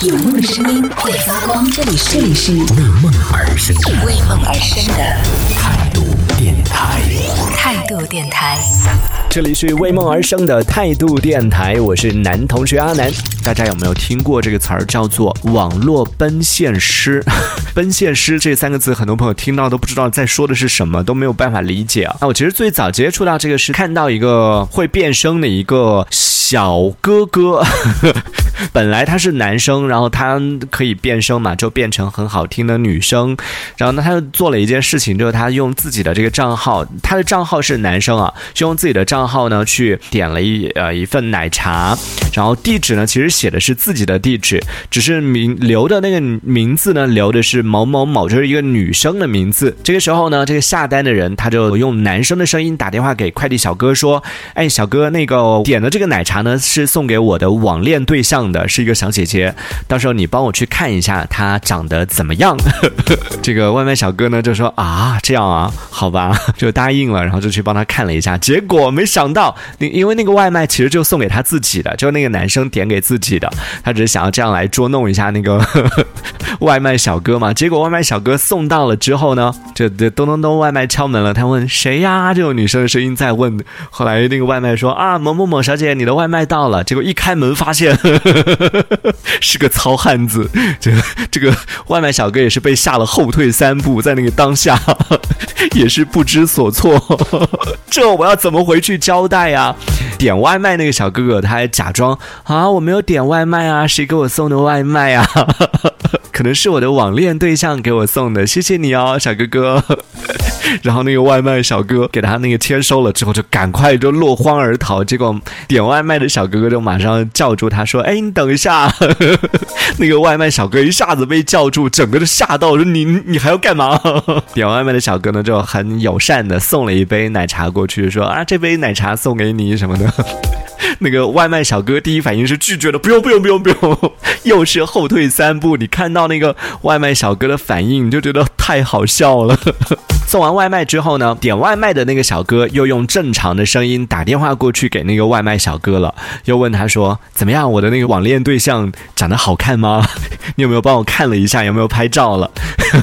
有梦的声音会发光，这里是为梦而生的为梦而生的态度电台。 态度电台， 这里是为梦而生的态度电台，我是男同学阿南。大家有没有听过这个词儿，叫做网络奔现师？奔现师这三个字，很多朋友听到都不知道在说的是什么，都没有办法理解啊。那我其实最早接触到这个是看到一个会变声的一个小哥哥。本来他是男生，然后他可以变声嘛，就变成很好听的女生。然后呢，他就做了一件事情，就是他用自己的这个账号，他的账号是男生啊，就用自己的账号呢去点了一份奶茶，然后地址呢其实写的是自己的地址，只是留的那个名字呢留的是某某某，就是一个女生的名字。这个时候呢，这个下单的人他就用男生的声音打电话给快递小哥说：“哎，小哥，那个点的这个奶茶呢是送给我的网恋对象的，是一个小姐姐，到时候你帮我去看一下她长得怎么样。”这个外卖小哥呢就说：“啊，这样啊，好吧。”就答应了，然后就去帮他看了一下。结果没想到，因为那个外卖其实就送给他自己的，就那个男生点给自己的，他只是想要这样来捉弄一下那个外卖小哥嘛。结果外卖小哥送到了之后呢，这咚咚咚，外卖敲门了，他问谁呀？这种女生的声音在问。后来那个外卖说：“啊，某某某小姐，你的外卖到了。”结果一开门发现是个糙汉子。这个外卖小哥也是被吓了后退3步，在那个当下也是不知所措。这我要怎么回去交代呀？点外卖那个小哥哥他还假装啊，我没有点外卖啊，谁给我送的外卖啊？可能是我的网恋对象给我送的，谢谢你哦，小哥哥。然后那个外卖小哥给他那个签收了之后，就赶快就落荒而逃。结果点外卖的小哥哥就马上叫住他说：“哎，你等一下。”那个外卖小哥一下子被叫住，整个就吓到，说你还要干嘛？点外卖的小哥呢就很友善的送了一杯奶茶过去，说：“啊，这杯奶茶送给你什么的。”那个外卖小哥第一反应是拒绝的，不用，又是后退3步。你看到那个外卖小哥的反应，你就觉得太好笑了。送完外卖之后呢，点外卖的那个小哥又用正常的声音打电话过去给那个外卖小哥了，又问他说：“怎么样，我的那个网恋对象长得好看吗？你有没有帮我看了一下，有没有拍照了？”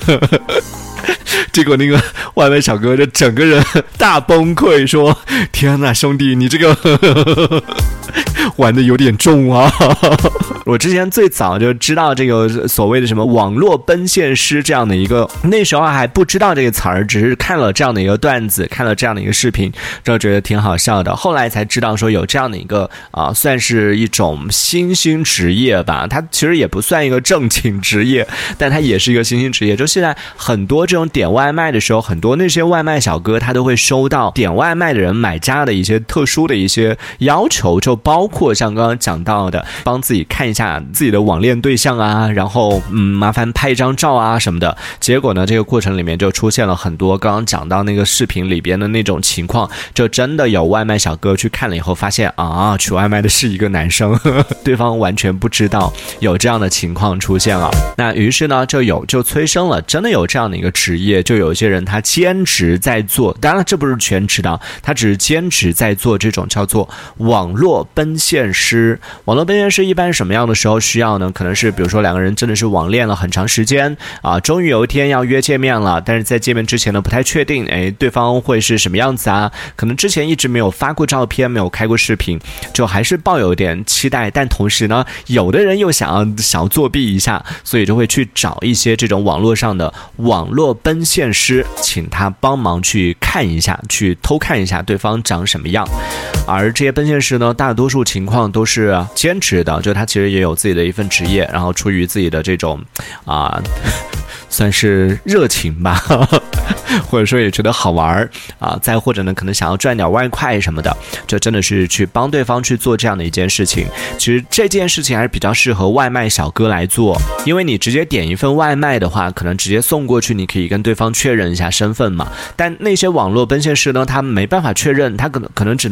结果那个外卖小哥就整个人大崩溃，说：“天哪，兄弟，你这个玩的有点重啊！”我之前最早就知道这个所谓的什么网络奔现师这样的一个，那时候还不知道这个词儿，只是看了这样的一个段子，看了这样的一个视频，就觉得挺好笑的。后来才知道说有这样的一个算是一种新兴职业吧，它其实也不算一个正经职业，但它也是一个新兴职业。就现在很多这种点外卖的时候，很多那些外卖小哥他都会收到点外卖的人买家的一些特殊的一些要求，就包括像刚刚讲到的，帮自己看一下自己的网恋对象啊，然后麻烦拍一张照啊什么的。结果呢，这个过程里面就出现了很多刚刚讲到那个视频里边的那种情况，就真的有外卖小哥去看了以后发现啊，取外卖的是一个男生，对方完全不知道有这样的情况出现了。那于是呢就催生了真的有这样的一个职业，就有一些人他兼职在做，当然这不是全职的，他只是兼职在做这种叫做网络奔现师。网络奔现师一般是什么样的时候需要呢？可能是比如说两个人真的是网恋了很长时间啊，终于有一天要约见面了，但是在见面之前呢不太确定对方会是什么样子啊，可能之前一直没有发过照片，没有开过视频，就还是抱有点期待，但同时呢有的人又想要作弊一下，所以就会去找一些这种网络上的网络奔现师，请他帮忙去看一下，去偷看一下对方长什么样。而这些奔现师呢，大多数情况都是兼职的，就他其实也有自己的一份职业，然后出于自己的这种算是热情吧，或者说也觉得好玩啊，再或者呢可能想要赚点外快什么的，就真的是去帮对方去做这样的一件事情。其实这件事情还是比较适合外卖小哥来做，因为你直接点一份外卖的话，可能直接送过去，你可以跟对方确认一下身份嘛。但那些网络奔现师呢，他没办法确认，他可能只能够通过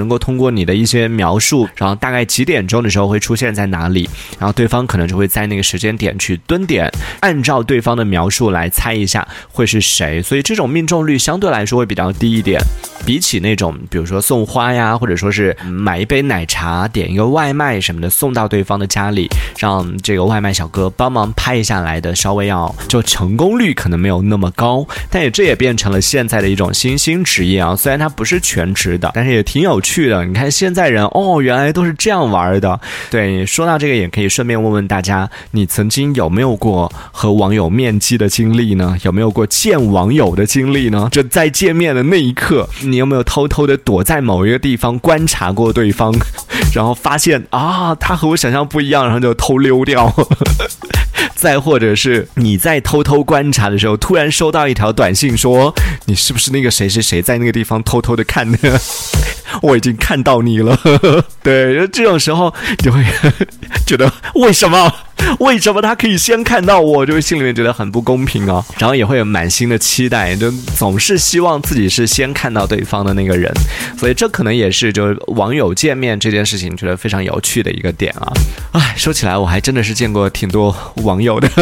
过你的一些描述，然后大概几点钟的时候会出现在哪里，然后对方可能就会在那个时间点去蹲点，按照对方的描述来猜一下会是谁，所以这种命中率相对来说会比较低一点，比起那种比如说送花呀，或者说是买一杯奶茶，点一个外卖什么的送到对方的家里，让这个外卖小哥帮忙拍下来的，稍微要就成功率可能没有那么高，但这也变成了现在的一种新兴职业啊。虽然它不是全职的，但是也挺有趣的。你看现在人原来都是这样玩的。对，说到这个也可以顺便问问大家，你曾经有没有过和网友面基的经历呢？有没有过见网友的经历呢？就在见面的那一刻，你有没有偷偷的躲在某一个地方观察过对方，然后发现他和我想象不一样，然后就偷溜掉。再或者是你在偷偷观察的时候，突然收到一条短信说，你是不是那个谁谁谁在那个地方偷偷的看呢？我已经看到你了。对，这种时候你会觉得为什么他可以先看到我，就会心里面觉得很不公平啊，然后也会有满心的期待，就总是希望自己是先看到对方的那个人，所以这可能也是就是网友见面这件事情觉得非常有趣的一个点啊。说起来我还真的是见过挺多网友的。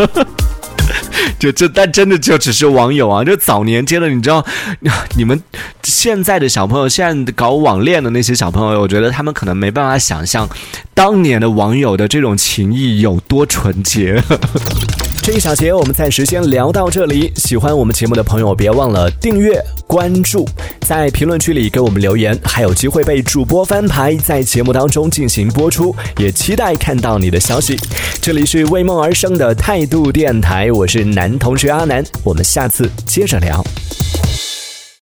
但真的就只是网友啊，就早年间的，你知道，你们现在的小朋友，现在搞网恋的那些小朋友，我觉得他们可能没办法想象当年的网友的这种情谊有多纯洁。这一小节我们暂时先聊到这里，喜欢我们节目的朋友别忘了订阅关注，在评论区里给我们留言，还有机会被主播翻牌在节目当中进行播出，也期待看到你的消息。这里是为梦而生的态度电台，我是男同学阿南，我们下次接着聊。